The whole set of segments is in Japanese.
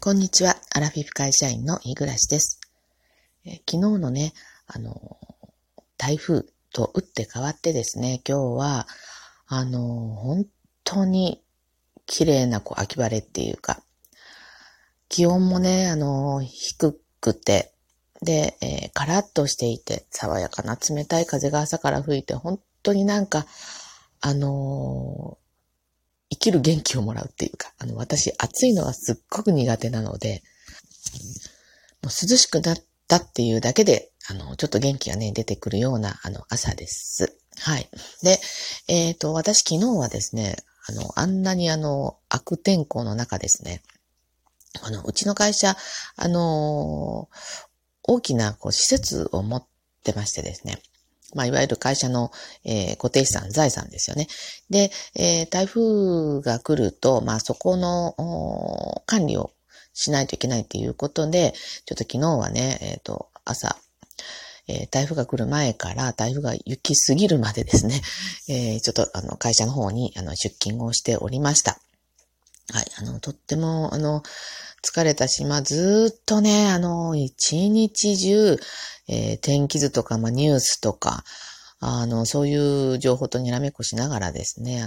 こんにちは。アラフィフ会社員の日暮です。昨日のね、台風と打って変わってですね、今日は、本当に綺麗な秋晴れっていうか、気温もね、低くて、で、カラッとしていて、爽やかな冷たい風が朝から吹いて、本当に生きる元気をもらうっていうか、私、暑いのがすっごく苦手なので、もう涼しくなったっていうだけで、ちょっと元気がね、出てくるような、朝です。はい。で、私昨日はですね、あんなに悪天候の中ですね、うちの会社、大きな施設を持ってましてですね、いわゆる会社の、固定資産、財産ですよね。で、台風が来ると、そこの管理をしないといけないっていうことで、ちょっと昨日はね、朝、台風が来る前から台風が行き過ぎるまでですね、ちょっと会社の方に出勤をしておりました。はい、とっても疲れたし、ずーっとね、一日中、天気図とか、ニュースとか、そういう情報とにらめっこしながらですね、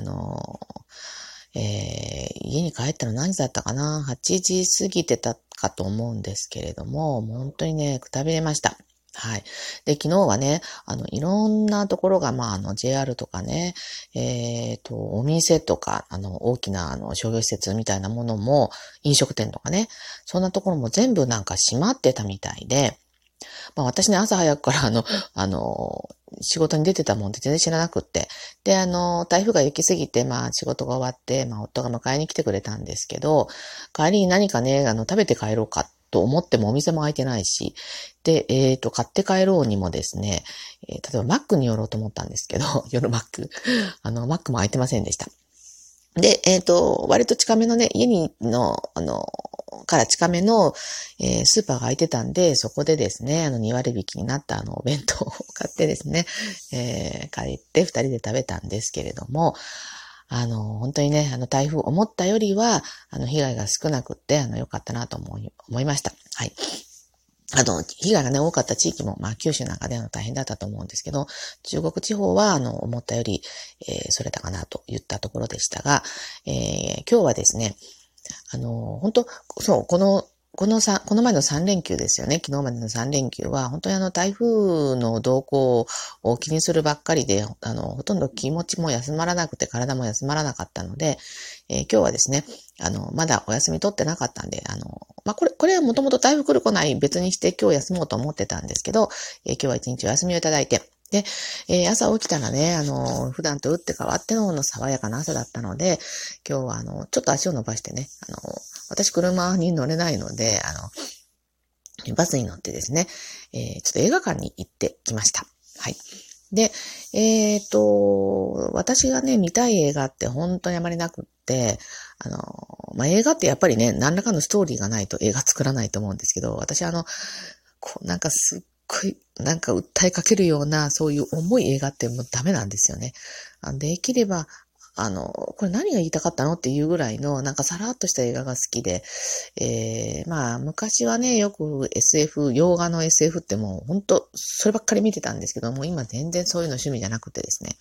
家に帰ったの何時だったかな ?8 時過ぎてたかと思うんですけれども、本当にね、くたびれました。はい。で、昨日はね、いろんなところが、JR とかね、お店とか、大きな、商業施設みたいなものも、飲食店とかね、そんなところも全部閉まってたみたいで、私ね、朝早くから仕事に出てたもんで全然知らなくって。で、台風が行き過ぎて、仕事が終わって、夫が迎えに来てくれたんですけど、帰りに何かね、食べて帰ろうかと思ってもお店も開いてないし、で、買って帰ろうにもですね、例えばマックに寄ろうと思ったんですけど、夜マック。マックも開いてませんでした。で、割と近めのね、家から近めの、スーパーが開いてたんで、そこでですね、2割引きになったお弁当を買ってですね、帰って2人で食べたんですけれども、本当にね、台風思ったよりは、被害が少なくって、良かったなと思いました。はい。被害がね、多かった地域も、九州なんかで大変だったと思うんですけど、中国地方は、思ったより、それたかなと言ったところでしたが、今日はですね、本当そう、この前の3連休ですよね。昨日までの3連休は、本当に台風の動向を気にするばっかりで、ほとんど気持ちも休まらなくて、体も休まらなかったので、今日はですね、まだお休み取ってなかったんで、これはもともと台風来る来ない別にして今日休もうと思ってたんですけど、今日は一日お休みをいただいて、で、朝起きたらね、普段と打って変わっての爽やかな朝だったので、今日はちょっと足を伸ばしてね、私車に乗れないので、バスに乗ってですね、ちょっと映画館に行ってきました。はい。で、私がね、見たい映画って本当にあまりなくって、映画ってやっぱりね、何らかのストーリーがないと映画作らないと思うんですけど、私すっごい、訴えかけるような、そういう重い映画ってもうダメなんですよね。できれば、これ何が言いたかったのっていうぐらいの、さらっとした映画が好きで、昔はね、よく SF、洋画の SF ってもう本当そればっかり見てたんですけども、今全然そういうの趣味じゃなくてですね、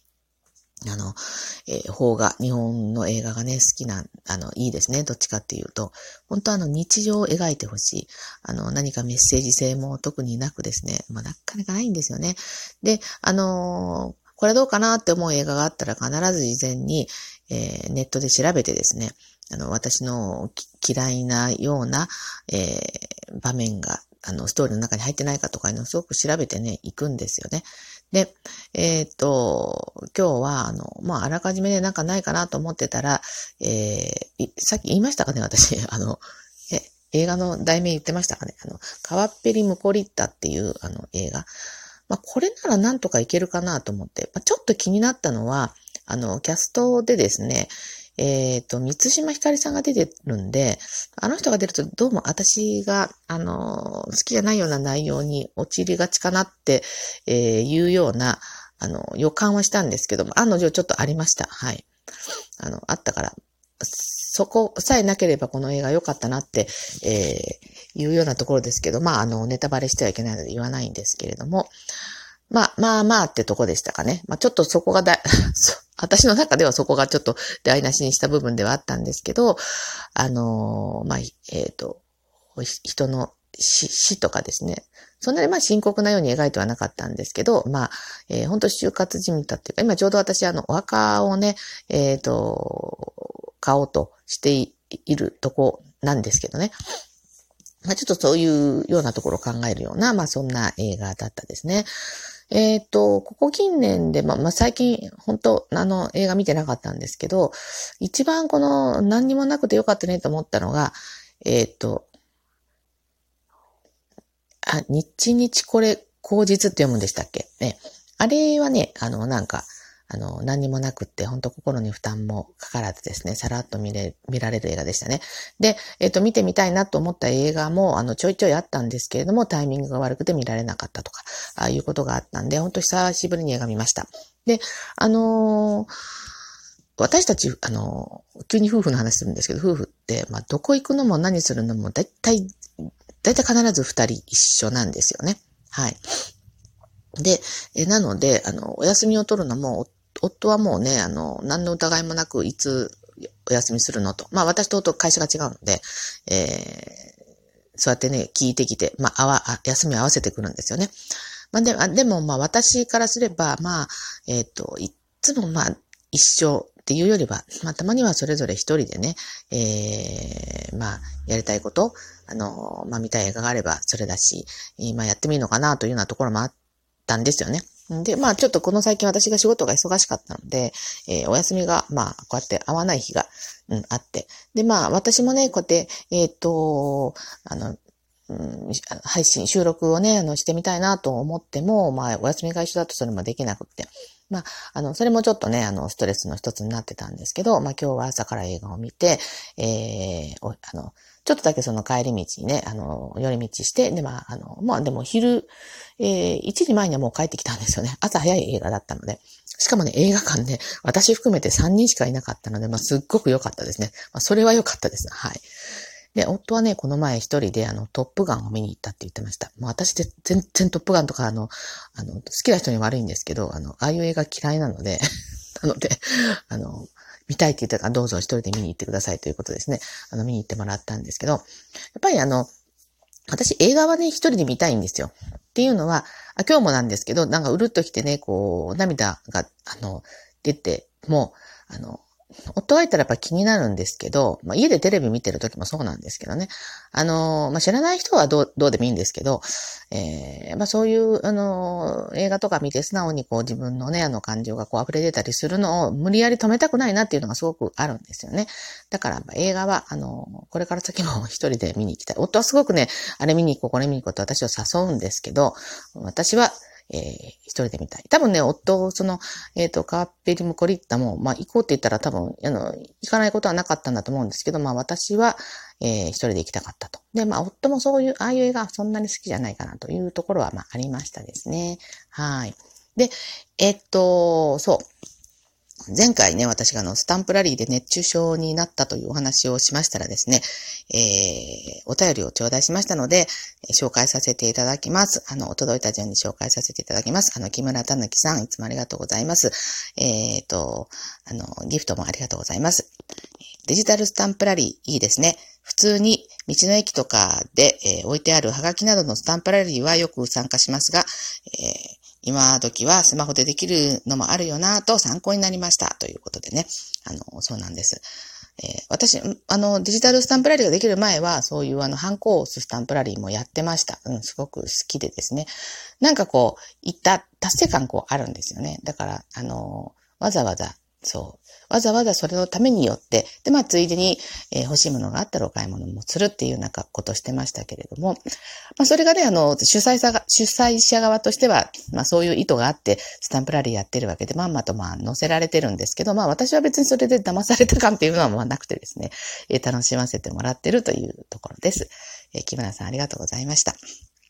邦画、日本の映画がね、好きいいですね。どっちかっていうと。本当日常を描いてほしい。何かメッセージ性も特になくですね。なかなかないんですよね。で、これどうかなって思う映画があったら必ず事前に、ネットで調べてですね、私の嫌いなような、場面が、ストーリーの中に入ってないかとかいうのをすごく調べてね、行くんですよね。で、今日は、あらかじめね、ないかなと思ってたら、さっき言いましたかね、私。映画の題名言ってましたかね。川っぺりムコリッタっていう、映画。これならなんとかいけるかなと思って、ちょっと気になったのは、キャストでですね、三島ひかりさんが出てるんで、あの人が出るとどうも私が、好きじゃないような内容に陥りがちかなって、いうような、予感はしたんですけども、案の定ちょっとありました。はい。あったから、 そこさえなければこの映画良かったなって、いうようなところですけど、ネタバレしてはいけないので言わないんですけれども、まあってとこでしたかね。ちょっとそこが私の中ではそこがちょっと台無しにした部分ではあったんですけど、人の死とかですね。そんなに深刻なように描いてはなかったんですけど、本当就活じみたっていうか、今ちょうど私お墓をね、買おうとしているとこなんですけどね。ちょっとそういうようなところを考えるような、そんな映画だったですね。ここ近年で、最近、本当映画見てなかったんですけど、一番何にもなくてよかったねと思ったのが、日々これ口実って読むんでしたっけね。あれはね、何にもなくって、本当心に負担もかからずですね、さらっと見られる映画でしたね。で、見てみたいなと思った映画も、ちょいちょいあったんですけれども、タイミングが悪くて見られなかったとか、ああいうことがあったんで、本当久しぶりに映画見ました。で、私たち、急に夫婦の話するんですけど、夫婦って、どこ行くのも何するのも、だいたい必ず二人一緒なんですよね。はい。で、なので、お休みを取るのも、夫はもうね、何の疑いもなく、いつお休みするのと。私と夫会社が違うので、そうやってね、聞いてきて、休み合わせてくるんですよね。でも、私からすれば、いつも一緒っていうよりは、たまにはそれぞれ一人でね、やりたいこと、見たい映画があればそれだし、やってみるのかなというようなところもあったんですよね。で、ちょっとこの最近私が仕事が忙しかったので、お休みが、こうやって合わない日が、あって。で、私もね、こうやって、収録をね、してみたいなと思っても、お休みが一緒だとそれもできなくって。それもちょっとね、ストレスの一つになってたんですけど、今日は朝から映画を見て、ちょっとだけその帰り道にね、寄り道して、で、でも昼、1時前にはもう帰ってきたんですよね。朝早い映画だったので。しかもね、映画館ね、私含めて3人しかいなかったので、すっごく良かったですね。それは良かったです。はい。で、夫はね、この前一人でトップガンを見に行ったって言ってました。私で全然トップガンとか好きな人に悪いんですけど、ああいう映画嫌いなので、なので、見たいって言ったからどうぞ一人で見に行ってくださいということですね。見に行ってもらったんですけど、やっぱり私映画はね、一人で見たいんですよ。っていうのは、今日もなんですけど、うるっときてね、涙が、出て、も夫がいたらやっぱ気になるんですけど、家でテレビ見てる時もそうなんですけどね。知らない人はどうでもいいんですけど、そういう、映画とか見て素直に自分のね、感情が溢れ出たりするのを無理やり止めたくないなっていうのがすごくあるんですよね。だから映画は、これから先も一人で見に行きたい。夫はすごくね、あれ見に行こう、これ見に行こうって私を誘うんですけど、私は、一人で見たい。多分ね、夫、カーペリムコリッタも、行こうって言ったら多分、行かないことはなかったんだと思うんですけど、私は、一人で行きたかったと。で、夫もそういう、ああいう映画そんなに好きじゃないかなというところは、ありましたですね。はい。で、そう。前回ね、私がスタンプラリーで熱中症になったというお話をしましたらですね、お便りを頂戴しましたので、紹介させていただきます。届いた順に紹介させていただきます。木村たぬきさん、いつもありがとうございます。ギフトもありがとうございます。デジタルスタンプラリー、いいですね。普通に道の駅とかで、置いてあるハガキなどのスタンプラリーはよく参加しますが、今時はスマホでできるのもあるよなと参考になりましたということでね。そうなんです。私、デジタルスタンプラリーができる前は、そういうハンコを押すスタンプラリーもやってました。すごく好きでですね。達成感あるんですよね。だから、わざわざそれのためによって、で、ついでに、欲しいものがあったらお買い物もするっていうことをしてましたけれども、それがね、主催者側としては、そういう意図があって、スタンプラリーやってるわけで、まんまと載せられてるんですけど、私は別にそれで騙された感っていうのはなくてですね、楽しませてもらってるというところです。木村さんありがとうございました。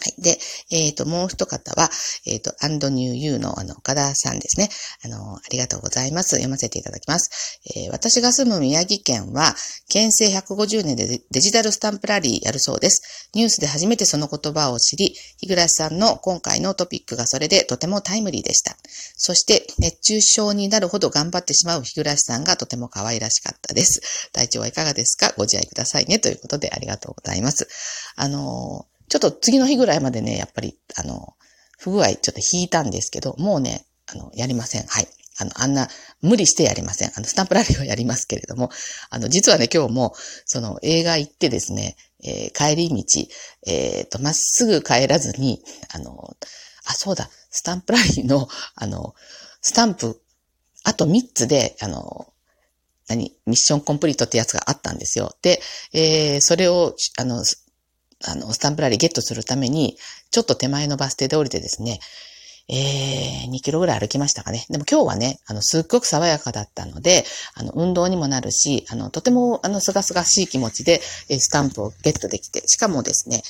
はい。で、もう一方は、and new you の岡田さんですね。ありがとうございます。読ませていただきます。私が住む宮城県は、県政150年でデジタルスタンプラリーやるそうです。ニュースで初めてその言葉を知り、日暮さんの今回のトピックがそれでとてもタイムリーでした。そして、熱中症になるほど頑張ってしまう日暮さんがとても可愛らしかったです。体調はいかがですか？ご自愛くださいね。ということでありがとうございます。ちょっと次の日ぐらいまでね、やっぱり、不具合ちょっと引いたんですけど、もうね、やりません。はい。あんな、無理してやりません。スタンプラリーはやりますけれども、実はね、今日も、映画行ってですね、帰り道、まっすぐ帰らずに、そうだ、スタンプラリーの、スタンプ、あと3つで、ミッションコンプリートってやつがあったんですよ。で、それを、スタンプラリーゲットするために、ちょっと手前のバス停で降りてですね、2キロぐらい歩きましたかね。でも今日はね、すっごく爽やかだったので、運動にもなるし、とても、すがすがしい気持ちで、スタンプをゲットできて、しかもですね、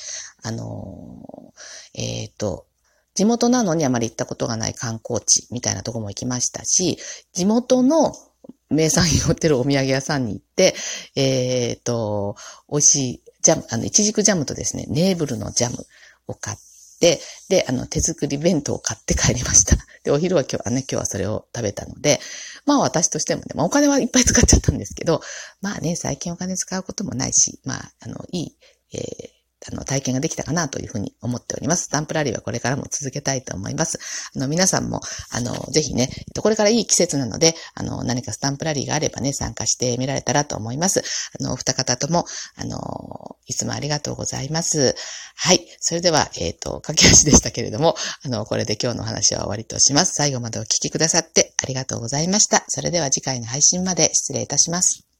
地元なのにあまり行ったことがない観光地みたいなところも行きましたし、地元の名産品を売ってるお土産屋さんに行って、美味しいジャム、いちじくジャムとですね、ネーブルのジャムを買って、で、手作り弁当を買って帰りました。で、お昼は今日はそれを食べたので、まあ私としてもね、まあお金はいっぱい使っちゃったんですけど、まあね、最近お金使うこともないし、まあ、いい、体験ができたかなというふうに思っております。スタンプラリーはこれからも続けたいと思います。皆さんも、ぜひね、これからいい季節なので、何かスタンプラリーがあればね、参加してみられたらと思います。お二方とも、いつもありがとうございます。はい。それでは、駆け足でしたけれども、これで今日のお話は終わりとします。最後までお聞きくださってありがとうございました。それでは次回の配信まで失礼いたします。